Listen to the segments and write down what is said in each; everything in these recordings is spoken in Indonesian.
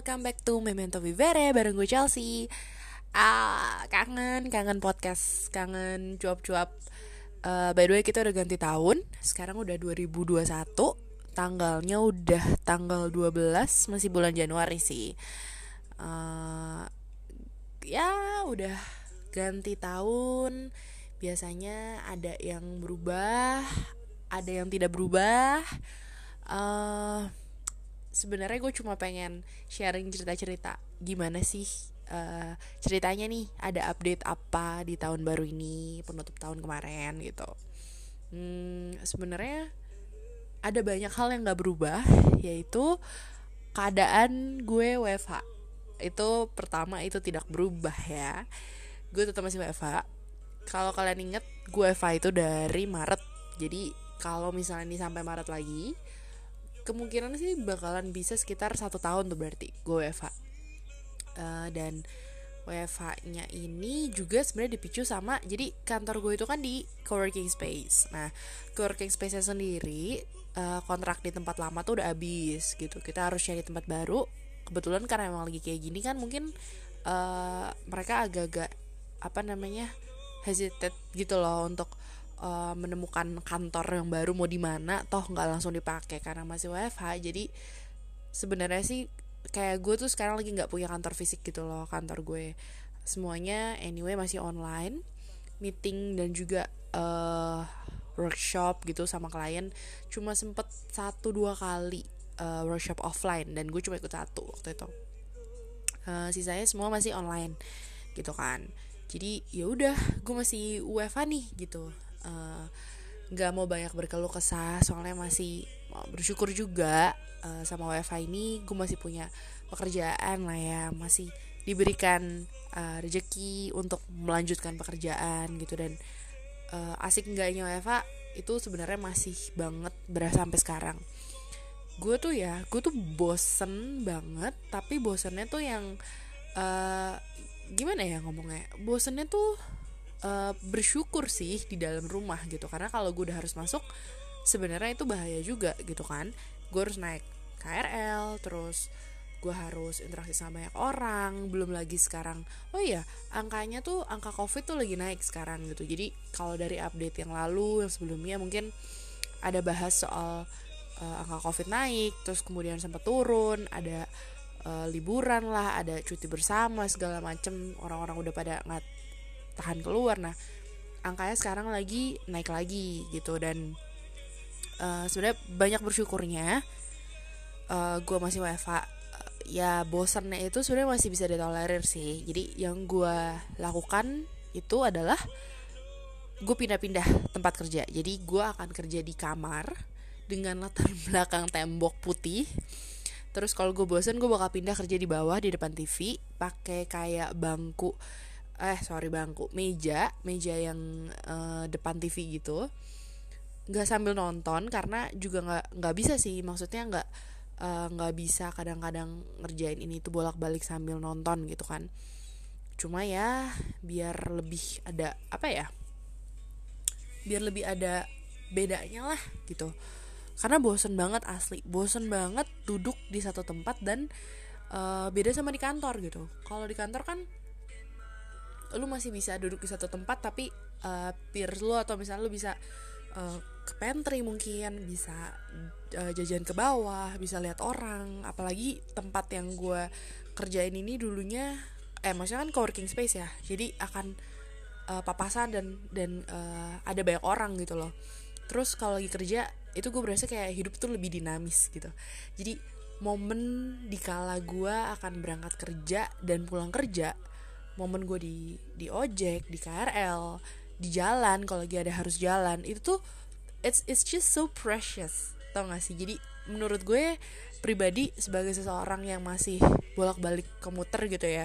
welcome back to Memento Vivere bareng gue Chelsea. Kangen podcast, kangen cuap-cuap. By the way, kita udah ganti tahun. Sekarang udah 2021. Tanggalnya udah tanggal 12, masih bulan Januari sih. Ya udah ganti tahun. Biasanya ada yang berubah, ada yang tidak berubah. Sebenarnya gue cuma pengen sharing cerita-cerita gimana sih ceritanya nih, ada update apa di tahun baru ini, penutup tahun kemarin gitu. Sebenarnya ada banyak hal yang nggak berubah, yaitu keadaan gue WFH. Itu pertama, itu tidak berubah ya. Gue tetap masih WFH. Kalau kalian inget, gue WFH itu dari Maret. Jadi kalau misalnya ini sampai Maret lagi, kemungkinan sih bakalan bisa sekitar 1 tahun tuh berarti gue WFH. Dan WFH-nya ini juga sebenarnya dipicu sama, jadi kantor gue itu kan di coworking space. Nah, coworking space-nya sendiri kontrak di tempat lama tuh udah habis gitu. Kita harus cari tempat baru. Kebetulan karena emang lagi kayak gini kan, mungkin mereka agak-agak hesitate gitu loh untuk menemukan kantor yang baru mau di mana, toh nggak langsung dipakai karena masih WFH. Jadi sebenarnya sih kayak gue tuh sekarang lagi nggak punya kantor fisik gitu loh. Kantor gue semuanya anyway masih online, meeting dan juga workshop gitu sama klien. Cuma sempet 1-2 kali workshop offline dan gue cuma ikut 1 waktu itu. Sisanya semua masih online gitu kan. Jadi ya udah, gue masih WFH nih gitu. Nggak mau banyak berkeluh kesah, soalnya masih bersyukur juga sama WFH ini gue masih punya pekerjaan lah ya, masih diberikan rezeki untuk melanjutkan pekerjaan gitu. Dan asik enggaknya WFH itu sebenarnya masih banget berasa sampai sekarang. Gue tuh bosen banget, tapi bosennya tuh yang gimana ya ngomongnya, bosennya tuh bersyukur sih di dalam rumah gitu. Karena kalau gue udah harus masuk, sebenarnya itu bahaya juga gitu kan. Gue harus naik KRL, terus gue harus interaksi sama banyak orang. Belum lagi sekarang, angka COVID tuh lagi naik sekarang gitu. Jadi kalau dari update yang lalu, yang sebelumnya mungkin ada bahas soal angka COVID naik, terus kemudian sempat turun, ada liburan lah, ada cuti bersama segala macem, orang-orang udah pada nggak tahan keluar. Nah, angkanya sekarang lagi naik lagi gitu. Dan sebenarnya banyak bersyukurnya gue masih WFH. Ya bosannya itu sebenarnya masih bisa ditolerir sih. Jadi yang gue lakukan itu adalah gue pindah-pindah tempat kerja. Jadi gue akan kerja di kamar dengan latar belakang tembok putih. Terus kalau gue bosan, gue bakal pindah kerja di bawah di depan TV, pakai kayak meja yang depan TV gitu. Nggak sambil nonton karena juga nggak bisa sih, maksudnya nggak bisa kadang-kadang ngerjain ini tuh bolak-balik sambil nonton gitu kan. Cuma ya biar lebih ada biar lebih ada bedanya lah gitu. Karena bosen banget, asli bosen banget duduk di satu tempat. Dan beda sama di kantor gitu. Kalau di kantor kan lu masih bisa duduk di satu tempat, tapi peers lu atau misalnya lu bisa ke pantry, mungkin bisa jajan ke bawah, bisa lihat orang. Apalagi tempat yang gue kerjain ini dulunya maksudnya kan coworking space ya, jadi akan papasan dan ada banyak orang gitu loh. Terus kalau lagi kerja itu gue berasa kayak hidup tuh lebih dinamis gitu. Jadi momen dikala gue akan berangkat kerja dan pulang kerja, momen gue di ojek, di KRL, di jalan kalau lagi ada harus jalan, itu tuh it's just so precious, tau gak sih? Jadi menurut gue pribadi, sebagai seseorang yang masih bolak-balik komuter gitu ya,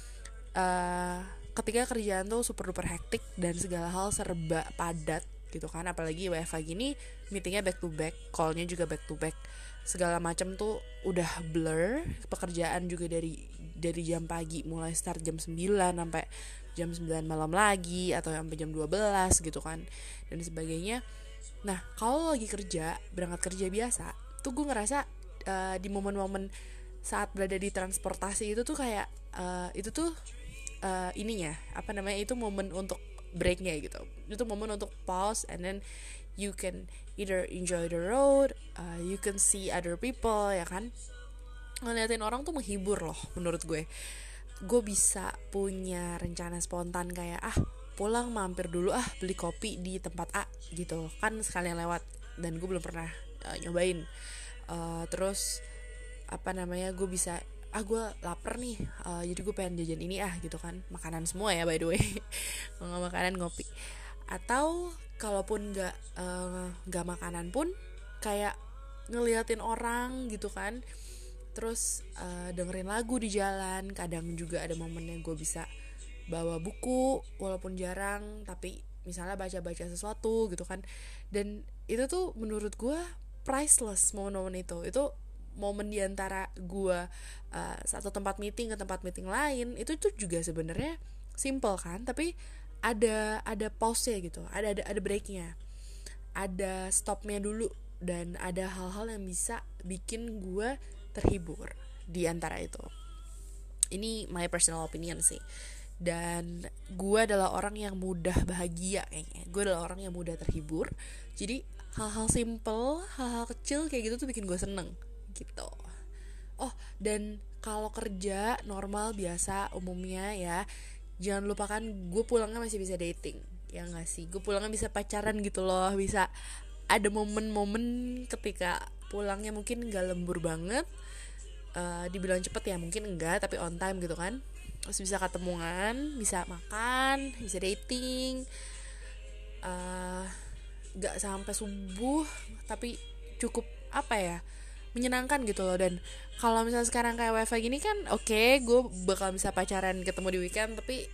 ketika kerjaan tuh super duper hektik dan segala hal serba padat gitu kan, apalagi WFH gini, meetingnya back to back, callnya juga back to back, segala macam tuh udah blur. Pekerjaan juga dari jam pagi, mulai start jam 9 sampai jam 9 malam lagi, atau sampai jam 12 gitu kan, dan sebagainya. Nah, kalau lagi berangkat kerja biasa tuh gue ngerasa di momen-momen saat berada di transportasi itu tuh kayak itu tuh ininya apa namanya, itu momen untuk breaknya gitu, itu momen untuk pause, and then you can either enjoy the road, you can see other people, ya kan. Ngeliatin orang tuh menghibur loh menurut gue bisa punya rencana spontan kayak pulang mampir dulu beli kopi di tempat A gitu kan, sekalian lewat, dan gue belum pernah nyobain. Terus apa namanya, gue bisa gue lapar nih, jadi gue pengen jajan ini gitu kan, makanan semua ya by the way nggak makanan, ngopi. Atau kalaupun nggak makanan pun kayak ngeliatin orang gitu kan, terus dengerin lagu di jalan. Kadang juga ada momennya gue bisa bawa buku walaupun jarang, tapi misalnya baca-baca sesuatu gitu kan. Dan itu tuh menurut gue priceless, momen-momen itu momen diantara gue satu tempat meeting ke tempat meeting lain. Itu tuh juga sebenarnya simple kan, tapi ada pause-nya gitu, ada breaknya, ada stopnya dulu, dan ada hal-hal yang bisa bikin gue terhibur di antara itu. Ini my personal opinion sih. Dan gue adalah orang yang mudah bahagia kayaknya. Gue adalah orang yang mudah terhibur. Jadi hal-hal simple, hal-hal kecil kayak gitu tuh bikin gue seneng gitu. Dan kalau kerja normal biasa umumnya ya, jangan lupakan gue pulangnya masih bisa dating. Ya gak sih? Gue pulangnya bisa pacaran gitu loh. Bisa ada momen-momen ketika pulangnya mungkin gak lembur banget, dibilang cepet ya mungkin enggak, tapi on time gitu kan. Terus bisa ketemuan, bisa makan, bisa dating, gak sampai subuh, tapi cukup menyenangkan gitu loh. Dan kalau misalnya sekarang kayak WiFi gini kan, oke, gue bakal bisa pacaran ketemu di weekend, tapi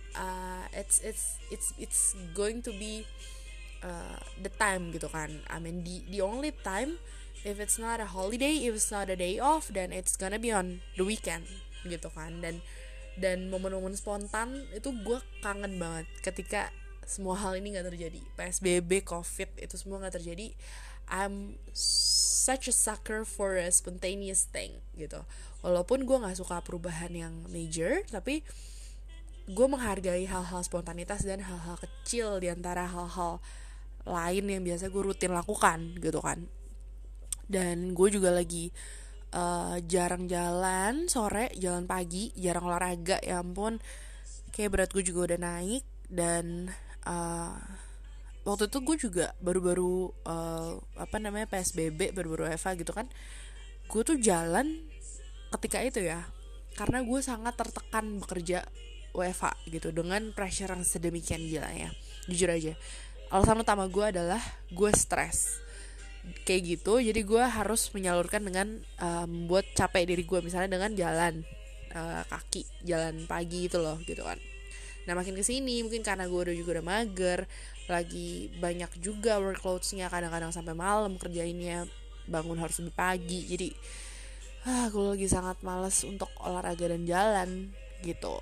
it's going to be the time gitu kan. I mean the only time, if it's not a holiday, if it's not a day off, then it's gonna be on the weekend gitu kan. Dan momen-momen spontan itu gue kangen banget ketika semua hal ini gak terjadi. PSBB, COVID, itu semua gak terjadi. I'm such a sucker for a spontaneous thing gitu. Walaupun gue gak suka perubahan yang major, tapi gue menghargai hal-hal spontanitas dan hal-hal kecil diantara hal-hal lain yang biasa gue rutin lakukan gitu kan. Dan gue juga lagi jarang jalan sore, jalan pagi, jarang olahraga, ya ampun, kayak berat gue juga udah naik. Dan waktu itu gue juga baru-baru PSBB, baru-baru Eva gitu kan, gue tuh jalan ketika itu ya, karena gue sangat tertekan bekerja WFA gitu, dengan pressure yang sedemikian gila ya. Jujur aja, alasan utama gue adalah gue stres kayak gitu. Jadi gue harus menyalurkan dengan membuat capek diri gue, misalnya dengan jalan kaki, jalan pagi itu loh gitu kan. Nah makin kesini mungkin karena gue udah mager, lagi banyak juga workloads-nya, kadang-kadang sampai malam kerjainnya, bangun harus lebih pagi. Jadi gue lagi sangat malas untuk olahraga dan jalan gitu.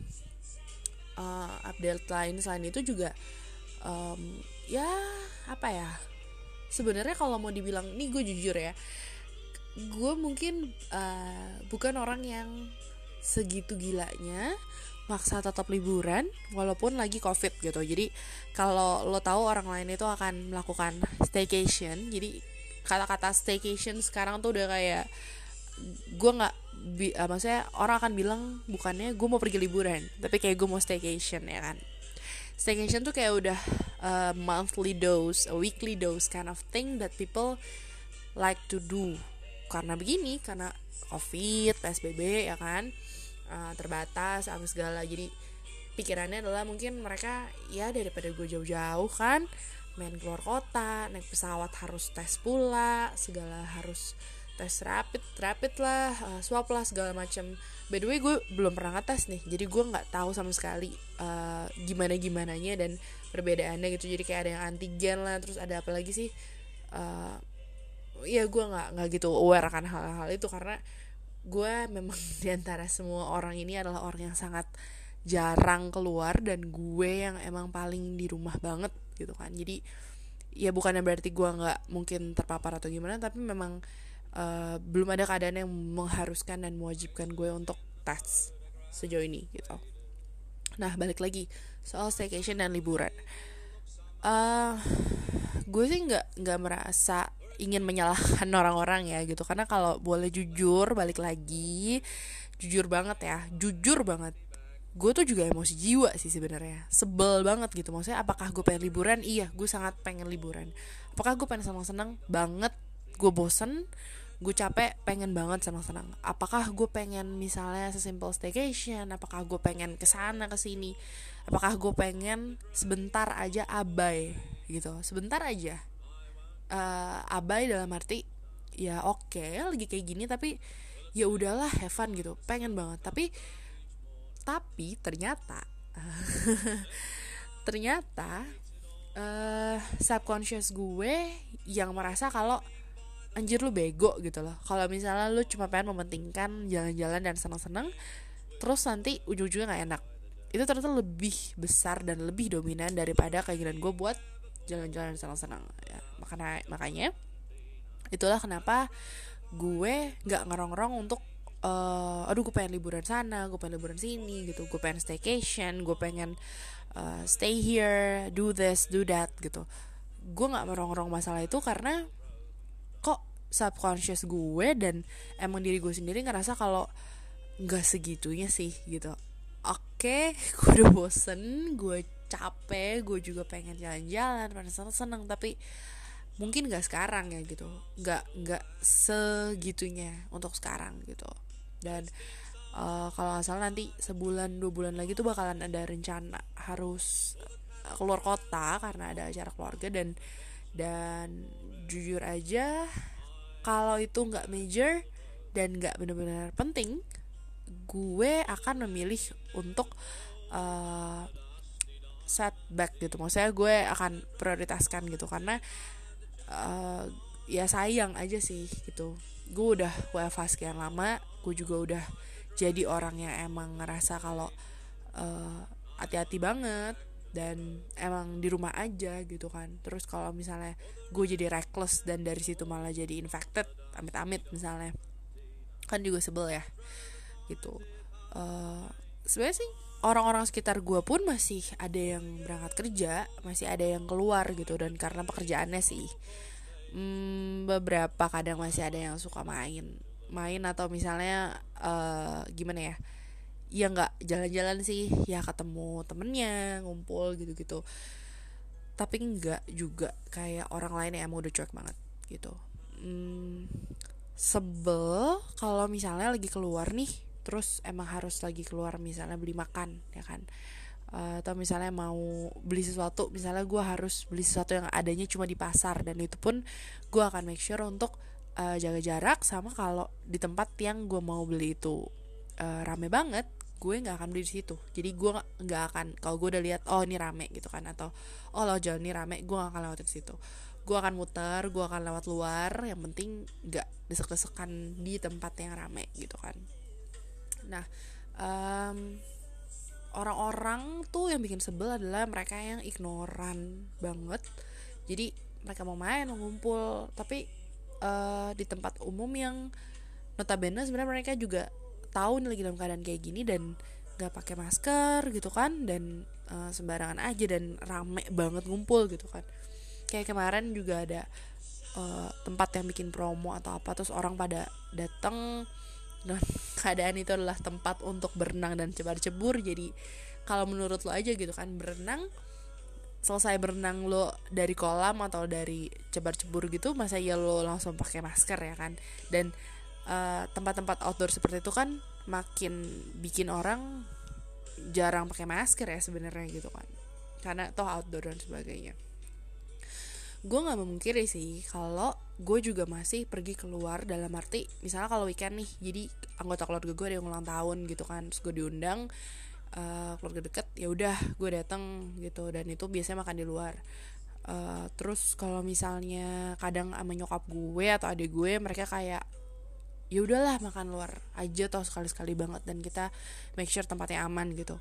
Update lain selain itu juga sebenarnya kalau mau dibilang, nih gue jujur ya, gue mungkin bukan orang yang segitu gilanya maksa tetap liburan walaupun lagi COVID gitu. Jadi kalau lo tahu orang lain itu akan melakukan staycation, jadi kata-kata staycation sekarang tuh udah kayak, gue nggak maksudnya orang akan bilang bukannya gue mau pergi liburan, tapi kayak gue mau staycation ya kan. Staycation tuh kayak udah monthly dose, a weekly dose kind of thing that people like to do. Karena begini, karena COVID, PSBB ya kan, terbatas apa segala. Jadi pikirannya adalah mungkin mereka ya daripada gue jauh-jauh kan, main keluar kota, naik pesawat harus tes pula, segala harus tes rapid lah, swab lah segala macam. By the way gue belum pernah ngetes nih, jadi gue nggak tahu sama sekali gimananya dan perbedaannya gitu. Jadi kayak ada yang antigen lah, terus ada apa lagi sih, ya gue nggak gitu aware akan hal-hal itu, karena gue memang diantara semua orang ini adalah orang yang sangat jarang keluar, dan gue yang emang paling di rumah banget gitu kan. Jadi ya bukannya berarti gue nggak mungkin terpapar atau gimana, tapi memang belum ada keadaan yang mengharuskan dan mewajibkan gue untuk tes sejauh ini gitu. Nah balik lagi soal staycation dan liburan, gue sih nggak merasa ingin menyalahkan orang-orang ya gitu, karena kalau boleh jujur, balik lagi jujur banget, gue tuh juga emosi jiwa sih sebenarnya, sebel banget gitu. Maksudnya apakah gue pengen liburan? Iya, gue sangat pengen liburan. Apakah gue pengen senang-senang? Banget. Gue bosen, gue capek, pengen banget senang-senang. Apakah gue pengen misalnya sesimpel staycation? Apakah gue pengen kesana kesini? Apakah gue pengen sebentar aja abai gitu, sebentar aja abai dalam arti ya oke, lagi kayak gini tapi ya udahlah, have fun gitu, pengen banget. Tapi ternyata ternyata subconscious gue yang merasa kalau anjir lu bego gitu loh, kalau misalnya lu cuma pengen mementingkan jalan-jalan dan senang-senang terus nanti ujung-ujungnya nggak enak. Itu ternyata lebih besar dan lebih dominan daripada keinginan gue buat jalan-jalan dan senang-senang ya. Makanya itulah kenapa gue nggak ngerong-rong untuk aduh gue pengen liburan sana, gue pengen liburan sini gitu, gue pengen staycation, gue pengen stay here, do this, do that gitu. Gue nggak merongrong masalah itu karena kok subconscious gue dan emang diri gue sendiri ngerasa kalau nggak segitunya sih gitu. Oke, gue udah bosen, gue capek, gue juga pengen jalan-jalan, pengen seneng-seneng, tapi mungkin nggak sekarang ya gitu, nggak segitunya untuk sekarang gitu. Dan kalau nggak salah nanti sebulan 2 bulan lagi tuh bakalan ada rencana harus keluar kota karena ada acara keluarga, dan jujur aja kalau itu nggak major dan nggak benar-benar penting, gue akan memilih untuk setback gitu. Maksudnya gue akan prioritaskan gitu, karena ya sayang aja sih gitu. Gue udah WFH sekian lama, gue juga udah jadi orang yang emang ngerasa kalau hati-hati banget dan emang di rumah aja gitu kan. Terus kalau misalnya gue jadi reckless dan dari situ malah jadi infected, amit-amit misalnya, kan juga sebel ya gitu. Sebenarnya sih orang-orang sekitar gue pun masih ada yang berangkat kerja, masih ada yang keluar gitu, dan karena pekerjaannya sih beberapa kadang masih ada yang suka main atau misalnya gimana ya nggak jalan-jalan sih ya, ketemu temennya, ngumpul gitu-gitu, tapi nggak juga kayak orang lain yang emang udah cuek banget gitu. Sebel kalau misalnya lagi keluar nih, terus emang harus lagi keluar misalnya beli makan ya kan, atau misalnya mau beli sesuatu, misalnya gue harus beli sesuatu yang adanya cuma di pasar, dan itu pun gue akan make sure untuk jaga jarak, sama kalau di tempat yang gue mau beli itu rame banget, gue nggak akan beli di situ. Jadi gue nggak akan, kalau gue udah lihat oh ini rame gitu kan, atau oh lo jalan ini rame, gue nggak akan lewatin situ. Gue akan muter, gue akan lewat luar, yang penting nggak desek-desekan di tempat yang rame gitu kan. Nah orang-orang tuh yang bikin sebel adalah mereka yang ignoran banget. Jadi mereka mau main, mau ngumpul, tapi di tempat umum yang notabene sebenarnya mereka juga tahu nih lagi dalam keadaan kayak gini dan nggak pakai masker gitu kan, dan sembarangan aja dan rame banget ngumpul gitu kan. Kayak kemarin juga ada tempat yang bikin promo atau apa, terus orang pada datang dan keadaan itu adalah tempat untuk berenang dan cebar-cebur. Jadi kalau menurut lo aja gitu kan, berenang, selesai berenang lo dari kolam atau dari cebar-cebur gitu, masa ya lo langsung pakai masker ya kan. Dan tempat-tempat outdoor seperti itu kan makin bikin orang jarang pakai masker ya sebenarnya gitu kan, karena toh outdoor dan sebagainya. Gue nggak memungkiri sih kalau gue juga masih pergi keluar, dalam arti misalnya kalau weekend nih, jadi anggota keluarga gue ada yang ulang tahun gitu kan, terus gue diundang keluarga deket, ya udah gue datang gitu, dan itu biasanya makan di luar. Terus kalau misalnya kadang sama nyokap gue atau adik gue, mereka kayak ya udahlah makan luar aja toh sekali-sekali banget, dan kita make sure tempatnya aman gitu.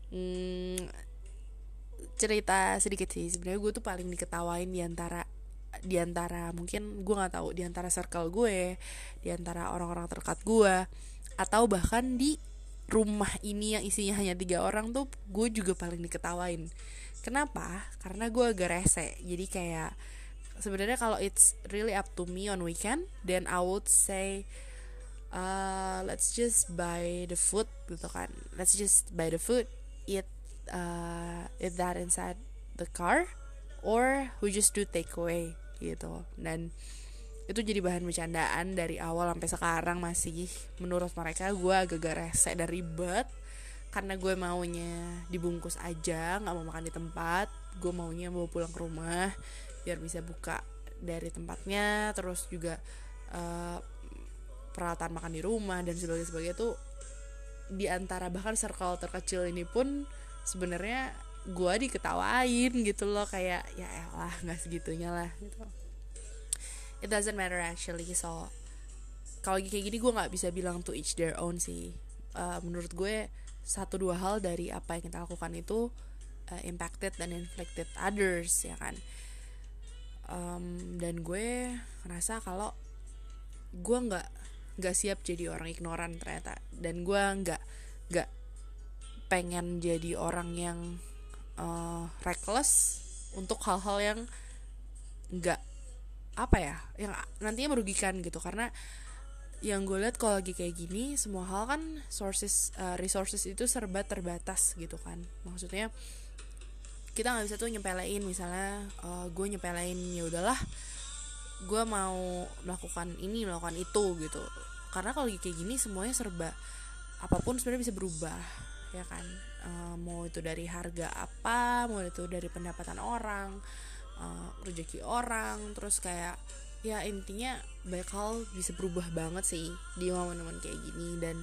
Cerita sedikit sih, sebenarnya gue tuh paling diketawain di antara di antara mungkin gue nggak tahu, di antara circle gue, di antara orang-orang terdekat gue, atau bahkan di rumah ini yang isinya hanya 3 orang tuh gue juga paling diketawain. Kenapa? Karena gue agak rese. Jadi kayak sebenarnya kalau it's really up to me on weekend, then I would say let's just buy the food gitu kan. Let's just buy the food, eat that inside the car, or we just do takeaway gitu. Dan itu jadi bahan bercandaan dari awal sampai sekarang masih. Menurut mereka gue agak rese dan ribet karena gue maunya dibungkus aja, nggak mau makan di tempat. Gue maunya bawa pulang ke rumah biar bisa buka dari tempatnya, terus juga peralatan makan di rumah dan sebagainya tuh. Di antara bahkan circle terkecil ini pun sebenarnya gue diketawain gitu loh, kayak ya elah nggak segitunya lah gitu. It doesn't matter actually. So kalau kayak gini gue nggak bisa bilang to each their own sih. Menurut gue 1-2 hal dari apa yang kita lakukan itu impacted dan inflicted others ya kan. Dan gue ngerasa kalau gue nggak siap jadi orang ignoran ternyata, dan gue nggak pengen jadi orang yang reckless untuk hal-hal yang nggak yang nantinya merugikan gitu. Karena yang gue lihat kalau lagi kayak gini, semua hal kan resources itu serba terbatas gitu kan. Maksudnya kita nggak bisa tuh nyepelein, misalnya gue nyepelein ya udahlah gue mau melakukan ini melakukan itu gitu. Karena kalau lagi kayak gini semuanya serba, apapun sebenarnya bisa berubah ya kan. Mau itu dari harga apa, mau itu dari pendapatan orang, rezeki orang, terus kayak ya intinya banyak hal bisa berubah banget sih di momen-momen kayak gini. Dan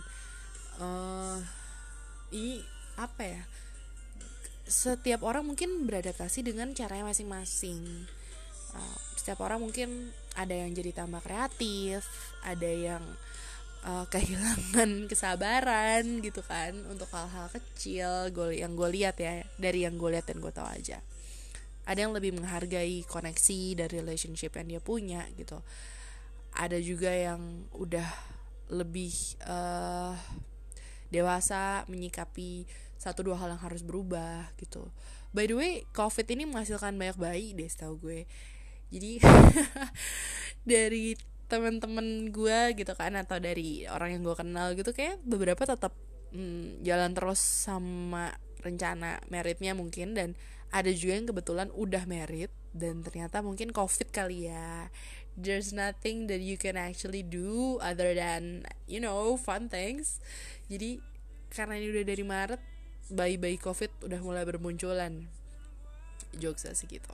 ini apa ya, setiap orang mungkin beradaptasi dengan caranya masing-masing. Setiap orang mungkin ada yang jadi tambah kreatif, ada yang kehilangan kesabaran gitu kan untuk hal-hal kecil. Yang gue lihat ya, dari yang gue lihat dan gue tahu aja, ada yang lebih menghargai koneksi dari relationship yang dia punya gitu. Ada juga yang udah lebih dewasa menyikapi 1-2 hal yang harus berubah gitu. By the way, COVID ini menghasilkan banyak bayi deh setahu gue. Jadi dari teman-teman gue gitu kan, atau dari orang yang gue kenal gitu, kayak beberapa tetap jalan terus sama rencana meritnya mungkin. Dan ada juga yang kebetulan udah merit dan ternyata mungkin COVID kali ya. There's nothing that you can actually do other than fun things. Jadi karena ini udah dari Maret, bayi-bayi COVID udah mulai bermunculan. Jokes sih gitu.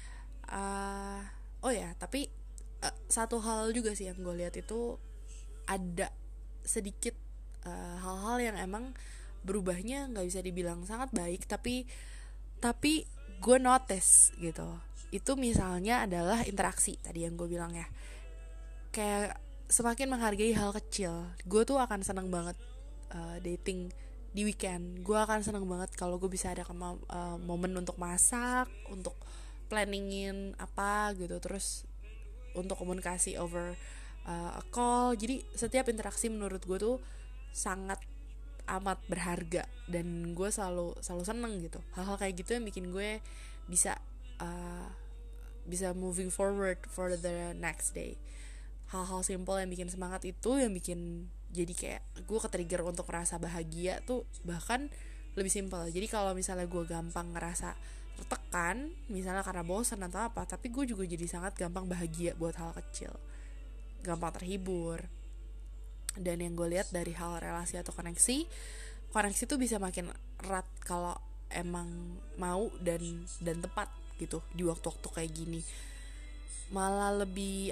Oh ya, tapi satu hal juga sih yang gue lihat itu ada sedikit hal-hal yang emang berubahnya nggak bisa dibilang sangat baik, tapi gue notice gitu. Itu misalnya adalah interaksi tadi yang gue bilang ya, kayak semakin menghargai hal kecil. Gue tuh akan seneng banget dating di weekend. Gue akan seneng banget kalau gue bisa ada momen untuk masak, untuk planningin apa gitu, terus untuk komunikasi over a call. Jadi setiap interaksi menurut gue tuh sangat amat berharga, dan gue selalu seneng gitu. Hal-hal kayak gitu yang bikin gue bisa moving forward for the next day. Hal-hal simple yang bikin semangat itu yang bikin jadi kayak gue ketrigger untuk merasa bahagia tuh bahkan lebih simple. Jadi kalau misalnya gue gampang ngerasa tertekan misalnya karena bosan atau apa, tapi gue juga jadi sangat gampang bahagia buat hal kecil, gampang terhibur. Dan yang gue lihat dari hal relasi atau koneksi tuh bisa makin erat kalau emang mau dan tepat gitu di waktu-waktu kayak gini. Malah lebih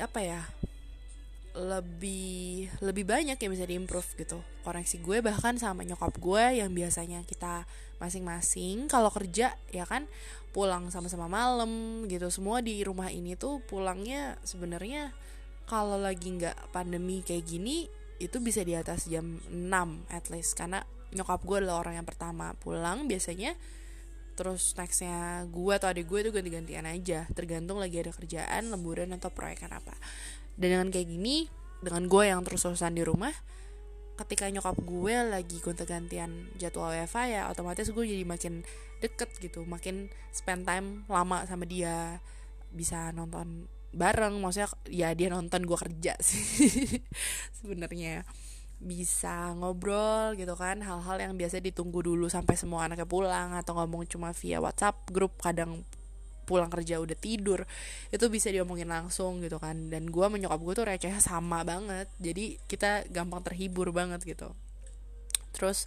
lebih banyak yang bisa diimprove gitu koneksi gue, bahkan sama nyokap gue yang biasanya kita masing-masing kalau kerja ya kan pulang sama-sama malam gitu. Semua di rumah ini tuh pulangnya sebenarnya kalau lagi nggak pandemi kayak gini itu bisa di atas jam 6 at least, karena nyokap gue adalah orang yang pertama pulang biasanya Terus nextnya gue atau adik gue itu ganti-gantian aja, tergantung lagi ada kerjaan, lemburan atau proyekan apa. Dan dengan kayak gini, dengan gue yang terus-terusan di rumah, ketika nyokap gue lagi gonta-gantian jadwal WFA ya otomatis gue jadi makin deket gitu, makin spend time lama sama dia, bisa nonton bareng, maksudnya ya dia nonton gue kerja sih sebenarnya, bisa ngobrol gitu kan, hal-hal yang biasa ditunggu dulu sampai semua anaknya pulang atau ngomong cuma via WhatsApp grup, kadang pulang kerja udah tidur, itu bisa diomongin langsung gitu kan. Dan gue menyokap gue tuh recehnya sama banget, jadi kita gampang terhibur banget gitu. Terus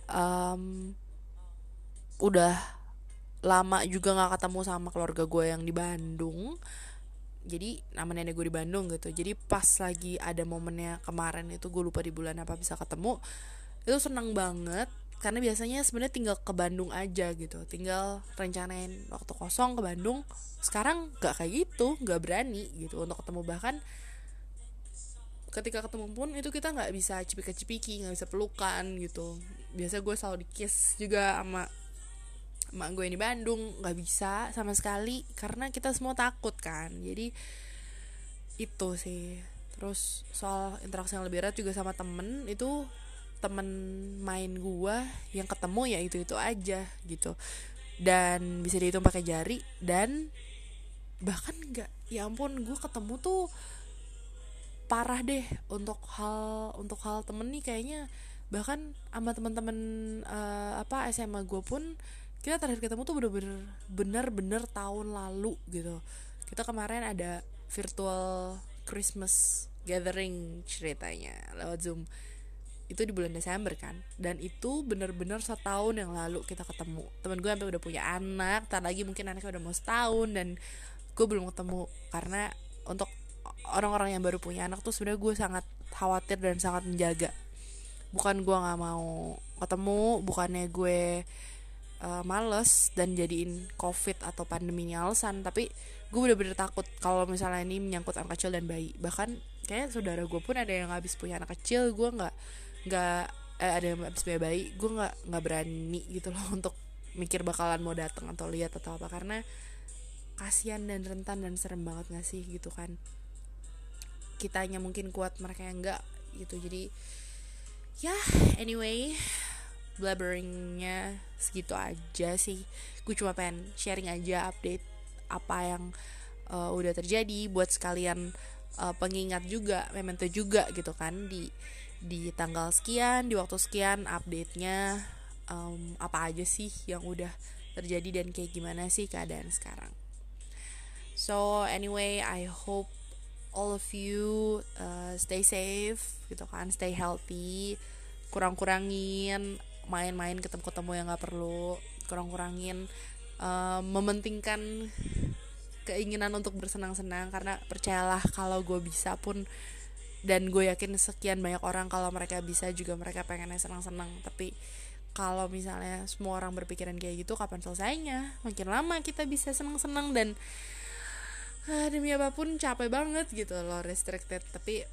udah lama juga nggak ketemu sama keluarga gue yang di Bandung, jadi nama nenek gue di Bandung gitu. Jadi pas lagi ada momennya kemarin itu, gue lupa di bulan apa, bisa ketemu, itu seneng banget. Karena biasanya sebenarnya tinggal ke Bandung aja gitu, tinggal rencanain waktu kosong ke Bandung. Sekarang gak kayak gitu, gak berani gitu untuk ketemu. Bahkan ketika ketemu pun itu kita gak bisa cipika-cipiki, gak bisa pelukan gitu. Biasa gue selalu di kiss juga sama emak gue yang di Bandung, gak bisa sama sekali karena kita semua takut kan. Jadi itu sih. Terus soal interaksi yang lebih erat juga sama temen, itu temen main gua yang ketemu ya itu aja gitu, dan bisa dihitung pakai jari. Dan bahkan nggak, ya ampun, gua ketemu tuh parah deh untuk hal temen nih kayaknya. Bahkan sama teman-teman SMA gua pun, kita terakhir ketemu tuh bener-bener tahun lalu gitu. Kita kemarin ada virtual Christmas gathering ceritanya lewat Zoom, itu di bulan Desember kan, dan itu bener-bener setahun yang lalu kita ketemu. Temen gue sampai udah punya anak, tak lagi mungkin anaknya udah mau setahun, dan gue belum ketemu. Karena untuk orang-orang yang baru punya anak tuh sebenarnya gue sangat khawatir dan sangat menjaga. Bukan gue nggak mau ketemu, bukannya gue males dan jadiin COVID atau pandemi ini alasan, tapi gue bener-bener takut kalau misalnya ini menyangkut anak kecil dan bayi. Bahkan kayak saudara gue pun ada yang habis punya anak kecil, gue nggak ada yang habis punya bayi, gue nggak berani gitu loh untuk mikir bakalan mau datang atau lihat atau apa, karena kasihan dan rentan dan serem banget nggak sih gitu kan. Kitanya mungkin kuat, mereka yang enggak gitu. Jadi ya anyway, blabberingnya segitu aja sih. Gue cuma pengen sharing aja update apa yang udah terjadi buat sekalian pengingat juga, memento juga gitu kan, di tanggal sekian, di waktu sekian, update-nya apa aja sih yang udah terjadi dan kayak gimana sih keadaan sekarang. So anyway, I hope all of you stay safe gitu kan, stay healthy, kurang-kurangin main-main, ketemu-ketemu yang gak perlu, kurang-kurangin mementingkan keinginan untuk bersenang-senang. Karena percayalah, kalau gue bisa pun, dan gue yakin sekian banyak orang kalau mereka bisa juga mereka pengennya senang-senang. Tapi kalau misalnya semua orang berpikiran kayak gitu, kapan selesainya? Makin lama kita bisa senang-senang, dan demi apapun capek banget gitu loh, restricted. Tapi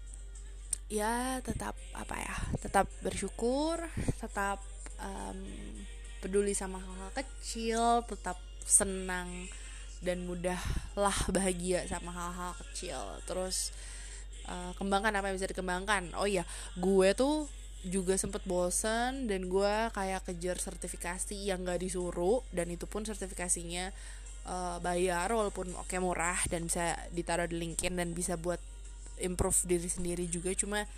ya tetap tetap bersyukur, tetap peduli sama hal-hal kecil, tetap senang dan mudahlah bahagia sama hal-hal kecil. Terus kembangkan apa yang bisa dikembangkan. Oh iya, gue tuh juga sempet bosen dan gue kayak kejar sertifikasi yang gak disuruh, dan itu pun sertifikasinya bayar walaupun murah dan bisa ditaruh di LinkedIn dan bisa buat improve diri sendiri juga. Cuma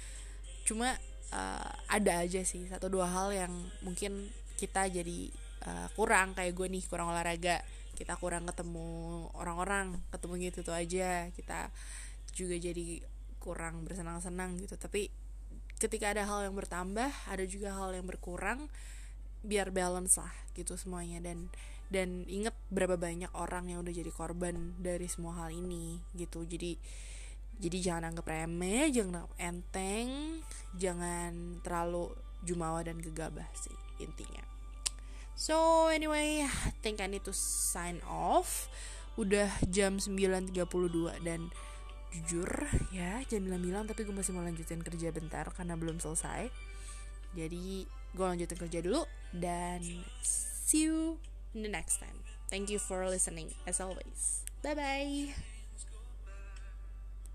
ada aja sih 1-2 hal yang mungkin kita jadi kurang. Kayak gue nih, kurang olahraga, kita kurang ketemu orang-orang, ketemu gitu tuh aja, kita juga jadi kurang bersenang-senang gitu. Tapi ketika ada hal yang bertambah, ada juga hal yang berkurang, biar balance lah gitu semuanya. Dan inget berapa banyak orang yang udah jadi korban dari semua hal ini gitu. Jadi jangan anggap remeh, jangan anggap enteng, jangan terlalu jumawa dan gegabah sih intinya. So anyway, I think I need to sign off. Udah jam 9.32 dan jujur ya, jangan bilang, tapi gue masih mau lanjutin kerja bentar karena belum selesai. Jadi gue lanjutin kerja dulu dan see you in the next time. Thank you for listening as always. Bye bye.